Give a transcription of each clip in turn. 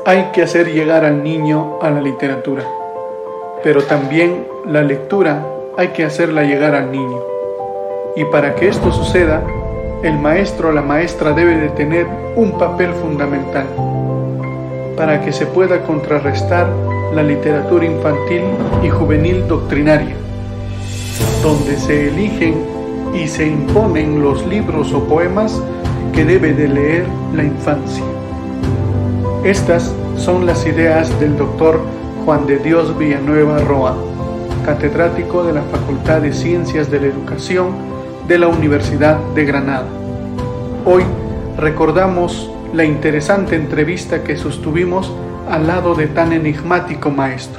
Hay que hacer llegar al niño a la literatura, pero también la lectura hay que hacerla llegar al niño. Y para que esto suceda, el maestro o la maestra debe de tener un papel fundamental para que se pueda contrarrestar la literatura infantil y juvenil doctrinaria, donde se eligen y se imponen los libros o poemas que debe de leer la infancia. Estas son las ideas del doctor Juan de Dios Villanueva Roa, catedrático de la Facultad de Ciencias de la Educación de la Universidad de Granada. Hoy recordamos la interesante entrevista que sostuvimos al lado de tan enigmático maestro.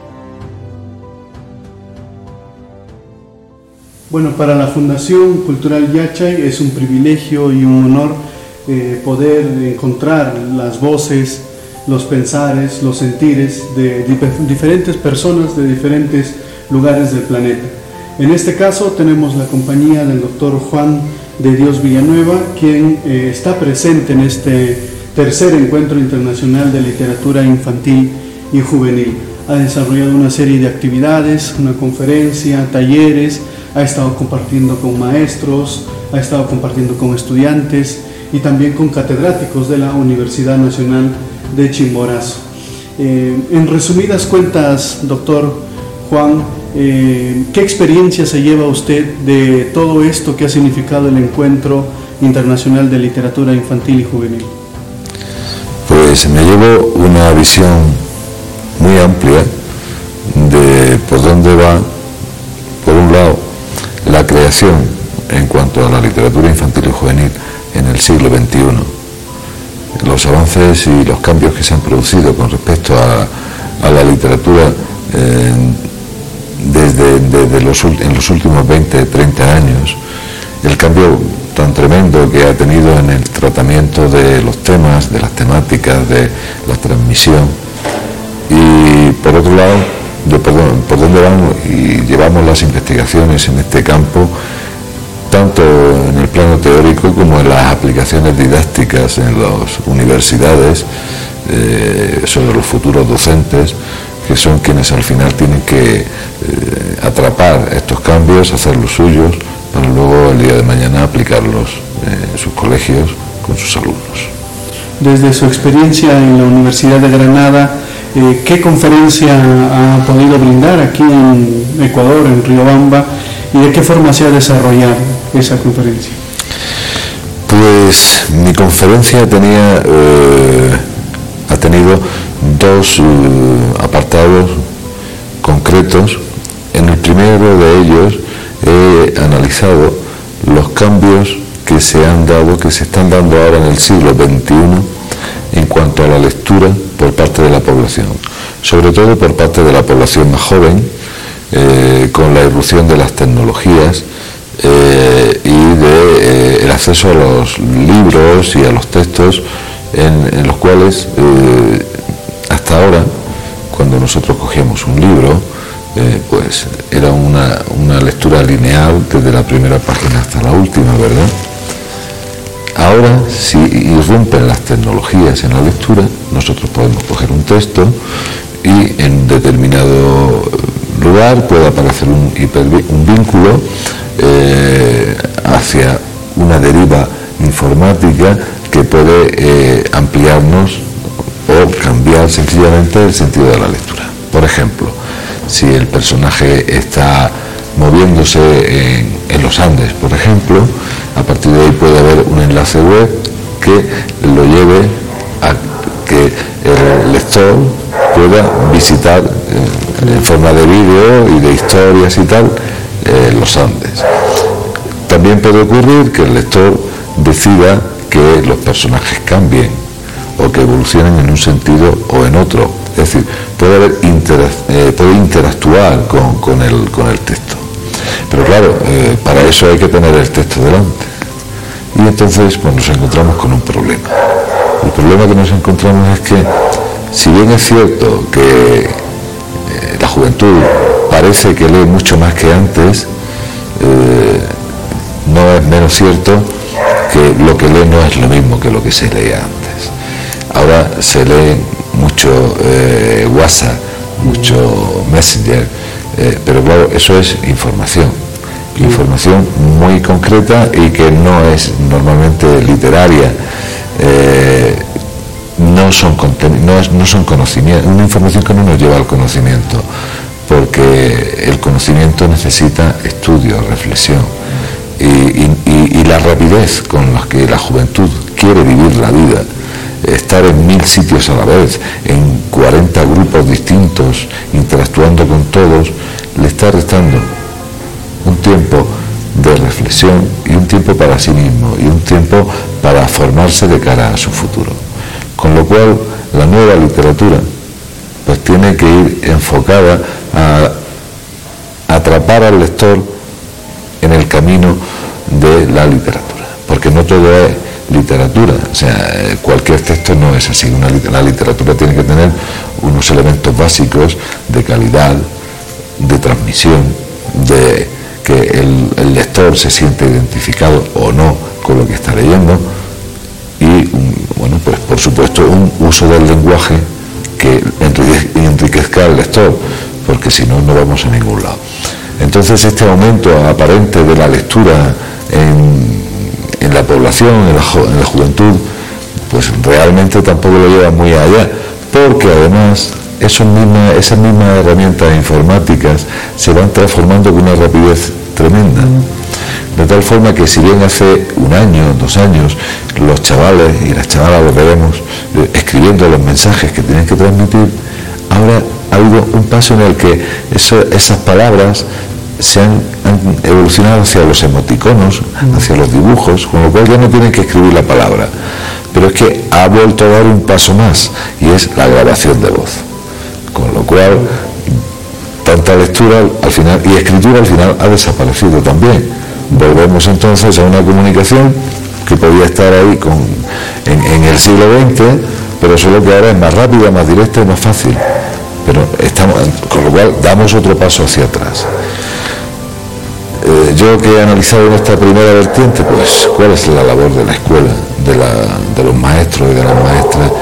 Bueno, para la Fundación Cultural Yachay es un privilegio y un honor poder encontrar las voces, los pensares, los sentires de diferentes personas de diferentes lugares del planeta. En este caso tenemos la compañía del doctor Juan de Dios Villanueva, quien está presente en este tercer encuentro internacional de literatura infantil y juvenil. Ha desarrollado una serie de actividades, una conferencia, talleres, ha estado compartiendo con maestros, ha estado compartiendo con estudiantes y también con catedráticos de la Universidad Nacional de Chimborazo. En resumidas cuentas, doctor Juan, ¿qué experiencia se lleva usted de todo esto que ha significado el Encuentro Internacional de Literatura Infantil y Juvenil? Pues me llevo una visión muy amplia de por dónde va, por un lado, la creación en cuanto a la literatura infantil y juvenil en el siglo XXI, los avances y los cambios que se han producido con respecto a la literatura en los últimos 20, 30 años, el cambio tan tremendo que ha tenido en el tratamiento de los temas, de las temáticas, de la transmisión, y por otro lado, por dónde vamos y llevamos las investigaciones en este campo, tanto en el plano teórico como en las aplicaciones didácticas en las universidades, sobre los futuros docentes, que son quienes al final tienen que atrapar estos cambios, hacerlos suyos, para luego el día de mañana aplicarlos en sus colegios con sus alumnos. Desde su experiencia en la Universidad de Granada, ¿qué conferencia ha podido brindar aquí en Ecuador, en Riobamba, y de qué forma se ha desarrollado esa conferencia? Pues mi conferencia ha tenido dos apartados concretos. En el primero de ellos he analizado los cambios que se están dando ahora en el siglo XXI en cuanto a la lectura por parte de la población, sobre todo por parte de la población más joven, con la irrupción de las tecnologías y el acceso a los libros y a los textos en los cuales hasta ahora, cuando nosotros cogíamos un libro, pues era una lectura lineal desde la primera página hasta la última, ¿verdad? Ahora, si irrumpen las tecnologías en la lectura, nosotros podemos coger un texto y en determinado lugar puede aparecer un vínculo hacia una deriva informática que puede ampliarnos o cambiar sencillamente el sentido de la lectura. Por ejemplo, si el personaje está moviéndose en los Andes, por ejemplo, a partir de ahí puede haber un enlace web que lo lleve a que el lector pueda visitar en forma de vídeo y de historias y tal los Andes. También puede ocurrir que el lector decida que los personajes cambien o que evolucionen en un sentido o en otro, es decir, puede interactuar con el texto. Pero claro, para eso hay que tener el texto delante. Y entonces pues nos encontramos con un problema. El problema que nos encontramos es que, si bien es cierto que la juventud parece que lee mucho más que antes, no es menos cierto que lo que lee no es lo mismo que lo que se leía antes. Ahora se lee mucho WhatsApp, mucho Messenger, pero claro, eso es información muy concreta y que no es normalmente literaria. No son conocimientos, una información que no nos lleva al conocimiento, porque el conocimiento necesita estudio, reflexión y la rapidez con la que la juventud quiere vivir la vida, estar en 1000 sitios a la vez, en 40 grupos distintos, interactuando con todos, le está restando un tiempo de reflexión y un tiempo para sí mismo y un tiempo para formarse de cara a su futuro. Con lo cual, la nueva literatura pues tiene que ir enfocada a atrapar al lector en el camino de la literatura, porque no todo es literatura, o sea, cualquier texto no es así. La literatura tiene que tener unos elementos básicos de calidad, de transmisión, de que el lector se siente identificado o no con lo que está leyendo y, bueno, pues por supuesto un uso del lenguaje que enriquezca al lector, porque si no, no vamos a ningún lado. Entonces, este aumento aparente de la lectura en la población, en la juventud, pues realmente tampoco lo lleva muy allá, porque además esas mismas herramientas informáticas se van transformando con una rapidez tremenda. De tal forma que si bien hace 1 año, 2 años, los chavales y las chavalas lo veremos escribiendo los mensajes que tienen que transmitir, ahora ha habido un paso en el que esas palabras han evolucionado hacia los emoticonos, hacia los dibujos, con lo cual ya no tienen que escribir la palabra. Pero es que ha vuelto a dar un paso más, y es la grabación de voz. Con lo cual, tanta lectura al final y escritura al final ha desaparecido también. Volvemos entonces a una comunicación que podía estar ahí en el siglo XX, pero solo que ahora es más rápida, más directa y más fácil. Pero con lo cual damos otro paso hacia atrás. Yo que he analizado en esta primera vertiente, pues cuál es la labor de la escuela, de los maestros y de las maestras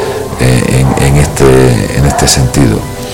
en este sentido.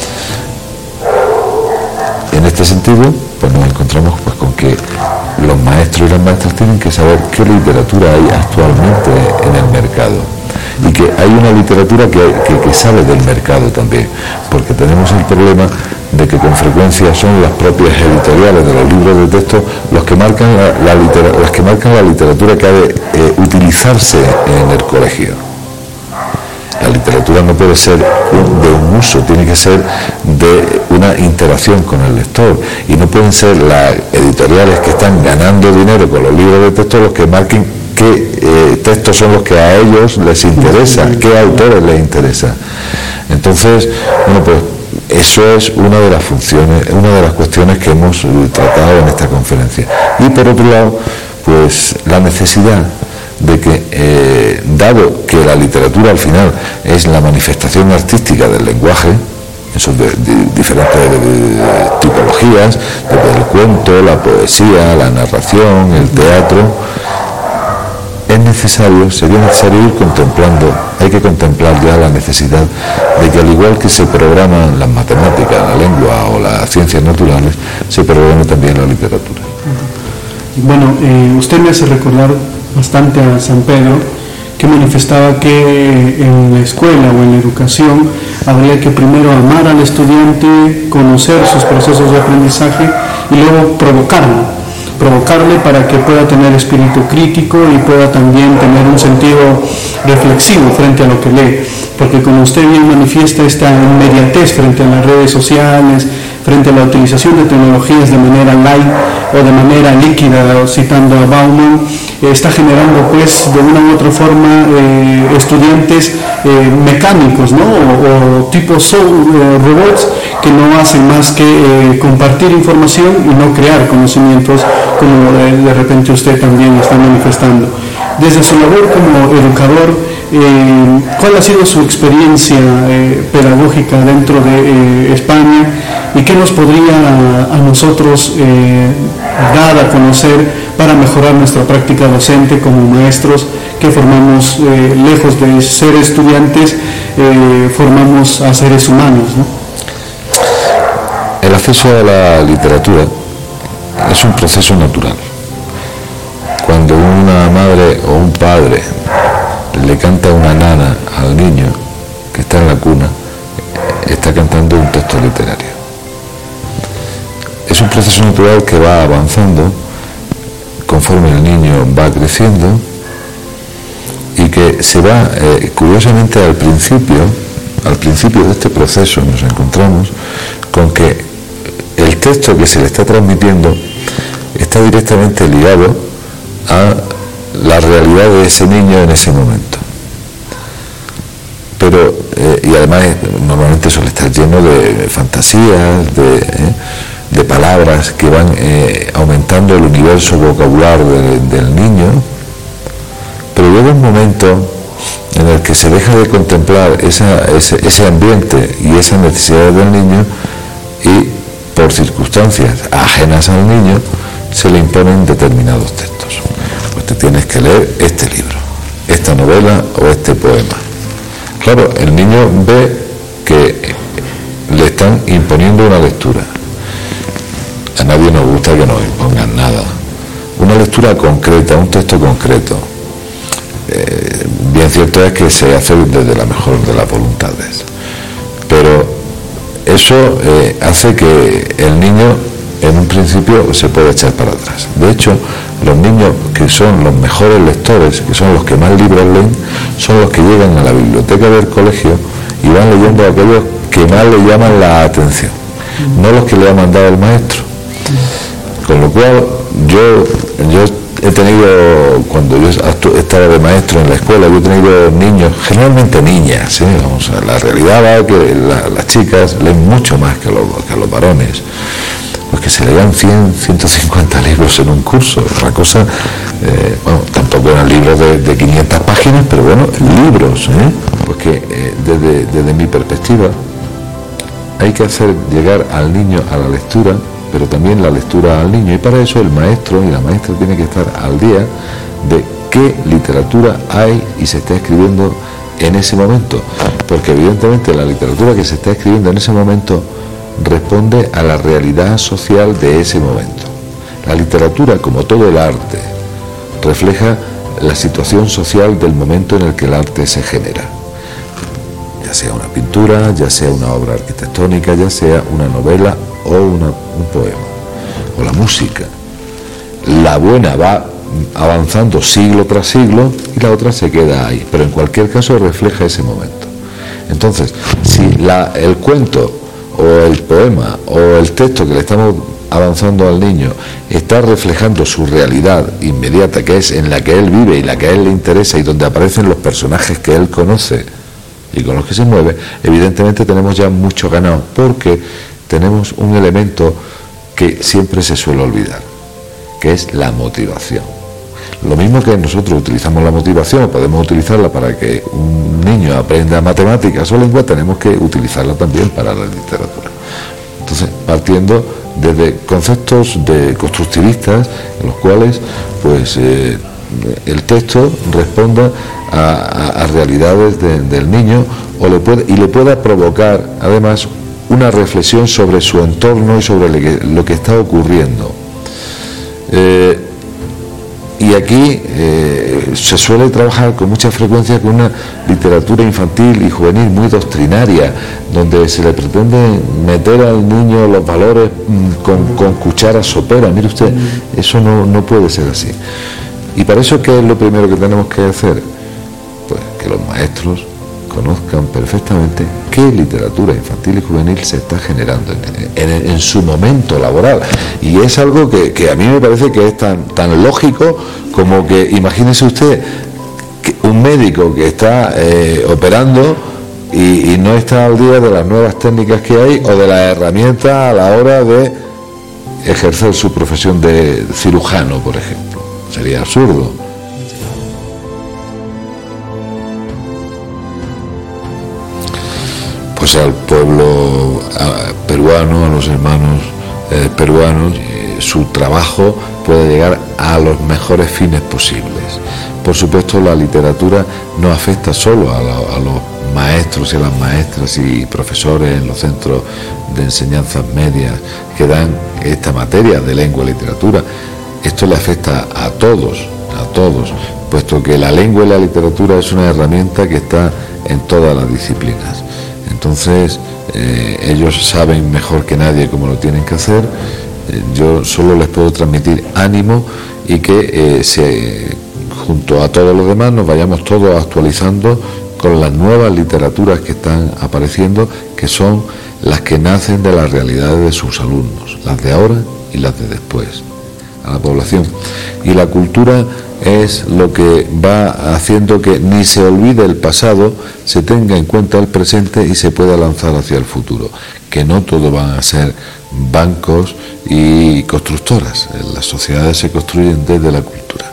En este sentido, pues nos encontramos pues con que los maestros y las maestras tienen que saber qué literatura hay actualmente en el mercado, y que hay una literatura que sale del mercado también, porque tenemos el problema de que con frecuencia son las propias editoriales de los libros de texto los que marcan la literatura que ha de utilizarse en el colegio. La literatura no puede ser de un uso, tiene que ser de una interacción con el lector, y no pueden ser las editoriales que están ganando dinero con los libros de texto los que marquen qué textos son los que a ellos les interesa, qué autores les interesa. Entonces, bueno, pues eso es una de las funciones, una de las cuestiones que hemos tratado en esta conferencia. Y por otro lado, pues la necesidad de que, dado que la literatura al final es la manifestación artística del lenguaje, esos de diferentes tipologías, desde el cuento, la poesía, la narración, el teatro, sería necesario ir contemplando, hay que contemplar ya la necesidad de que, al igual que se programan las matemáticas, la lengua o las ciencias naturales, se programe también la literatura. Bueno, usted me hace recordar bastante a San Pedro, que manifestaba que en la escuela o en la educación habría que primero amar al estudiante, conocer sus procesos de aprendizaje y luego provocarle para que pueda tener espíritu crítico y pueda también tener un sentido reflexivo frente a lo que lee, porque como usted bien manifiesta, esta inmediatez frente a las redes sociales, frente a la utilización de tecnologías de manera light o de manera líquida, citando a Bauman, está generando pues de una u otra forma estudiantes mecánicos, ¿no? o tipos robots que no hacen más que compartir información y no crear conocimientos, como de repente usted también está manifestando. Desde su labor como educador, ¿cuál ha sido su experiencia pedagógica dentro de España y qué nos podría a nosotros dar a conocer para mejorar nuestra práctica docente como maestros que formamos, lejos de ser estudiantes, formamos a seres humanos, ¿no? El acceso a la literatura es un proceso natural. Cuando una madre o un padre le canta una nana al niño que está en la cuna, está cantando un texto literario. Es un proceso natural que va avanzando conforme el niño va creciendo y que se va, curiosamente al principio de este proceso nos encontramos con que el texto que se le está transmitiendo está directamente ligado a la realidad de ese niño en ese momento. Pero, y además normalmente suele estar lleno de fantasías, de palabras que van aumentando el universo vocabular del niño, pero llega un momento en el que se deja de contemplar ese ambiente y esas necesidades del niño y por circunstancias ajenas al niño se le imponen determinados textos. Pues te tienes que leer este libro, esta novela o este poema. Claro, el niño ve que le están imponiendo una lectura. A nadie nos gusta que nos impongan nada. Una lectura concreta, un texto concreto. Bien cierto es que se hace desde la mejor de las voluntades. Pero eso hace que el niño en un principio se pueda echar para atrás. De hecho, los niños que son los mejores lectores, que son los que más libros leen, son los que llegan a la biblioteca del colegio y van leyendo aquellos que más le llaman la atención, no los que le ha mandado el maestro. Con lo cual, yo he tenido, cuando yo estaba de maestro en la escuela, yo he tenido niños, generalmente niñas, vamos a la realidad va que las chicas leen mucho más que los varones, pues que se leían 100, 150 libros en un curso, otra cosa, bueno, tampoco eran libros de 500 páginas, pero bueno, libros, pues que desde mi perspectiva hay que hacer llegar al niño a la lectura, pero también la lectura al niño, y para eso el maestro y la maestra tienen que estar al día de qué literatura hay y se está escribiendo en ese momento, porque evidentemente la literatura que se está escribiendo en ese momento responde a la realidad social de ese momento. La literatura, como todo el arte, refleja la situación social del momento en el que el arte se genera, ya sea una pintura, ya sea una obra arquitectónica, ya sea una novela o un poema, o la música. La buena va avanzando siglo tras siglo y la otra se queda ahí, pero en cualquier caso refleja ese momento. Entonces, si el cuento o el poema o el texto que le estamos avanzando al niño está reflejando su realidad inmediata, que es en la que él vive y la que a él le interesa y donde aparecen los personajes que él conoce y con los que se mueve, evidentemente tenemos ya mucho ganado, porque tenemos un elemento que siempre se suele olvidar, que es la motivación. Lo mismo que nosotros utilizamos la motivación, podemos utilizarla para que un niño aprenda matemáticas o lengua, tenemos que utilizarla también para la literatura. Entonces, partiendo desde conceptos constructivistas, en los cuales pues el texto responda a realidades del niño y le pueda provocar además una reflexión sobre su entorno y sobre lo que está ocurriendo. Y aquí se suele trabajar con mucha frecuencia con una literatura infantil y juvenil muy doctrinaria, donde se le pretende meter al niño los valores con cuchara sopera. Mire usted, eso no puede ser así. Y para eso, ¿qué es lo primero que tenemos que hacer? Pues que los maestros conozcan perfectamente qué literatura infantil y juvenil se está generando en su momento laboral. Y es algo que a mí me parece que es tan lógico como que, imagínese usted, que un médico que está operando y no está al día de las nuevas técnicas que hay o de las herramientas a la hora de ejercer su profesión de cirujano, por ejemplo. Sería absurdo. Pues al pueblo peruano, a los hermanos peruanos, su trabajo puede llegar a los mejores fines posibles. Por supuesto, la literatura no afecta solo a los maestros y a las maestras y profesores en los centros de enseñanzas medias que dan esta materia de lengua y literatura. Esto le afecta a todos, puesto que la lengua y la literatura es una herramienta que está en todas las disciplinas. Entonces, ellos saben mejor que nadie cómo lo tienen que hacer. Yo solo les puedo transmitir ánimo y que junto a todos los demás nos vayamos todos actualizando con las nuevas literaturas que están apareciendo, que son las que nacen de las realidades de sus alumnos, las de ahora y las de después, a la población. Y la cultura es lo que va haciendo que ni se olvide el pasado, se tenga en cuenta el presente y se pueda lanzar hacia el futuro, que no todo van a ser bancos y constructoras. Las sociedades se construyen desde la cultura.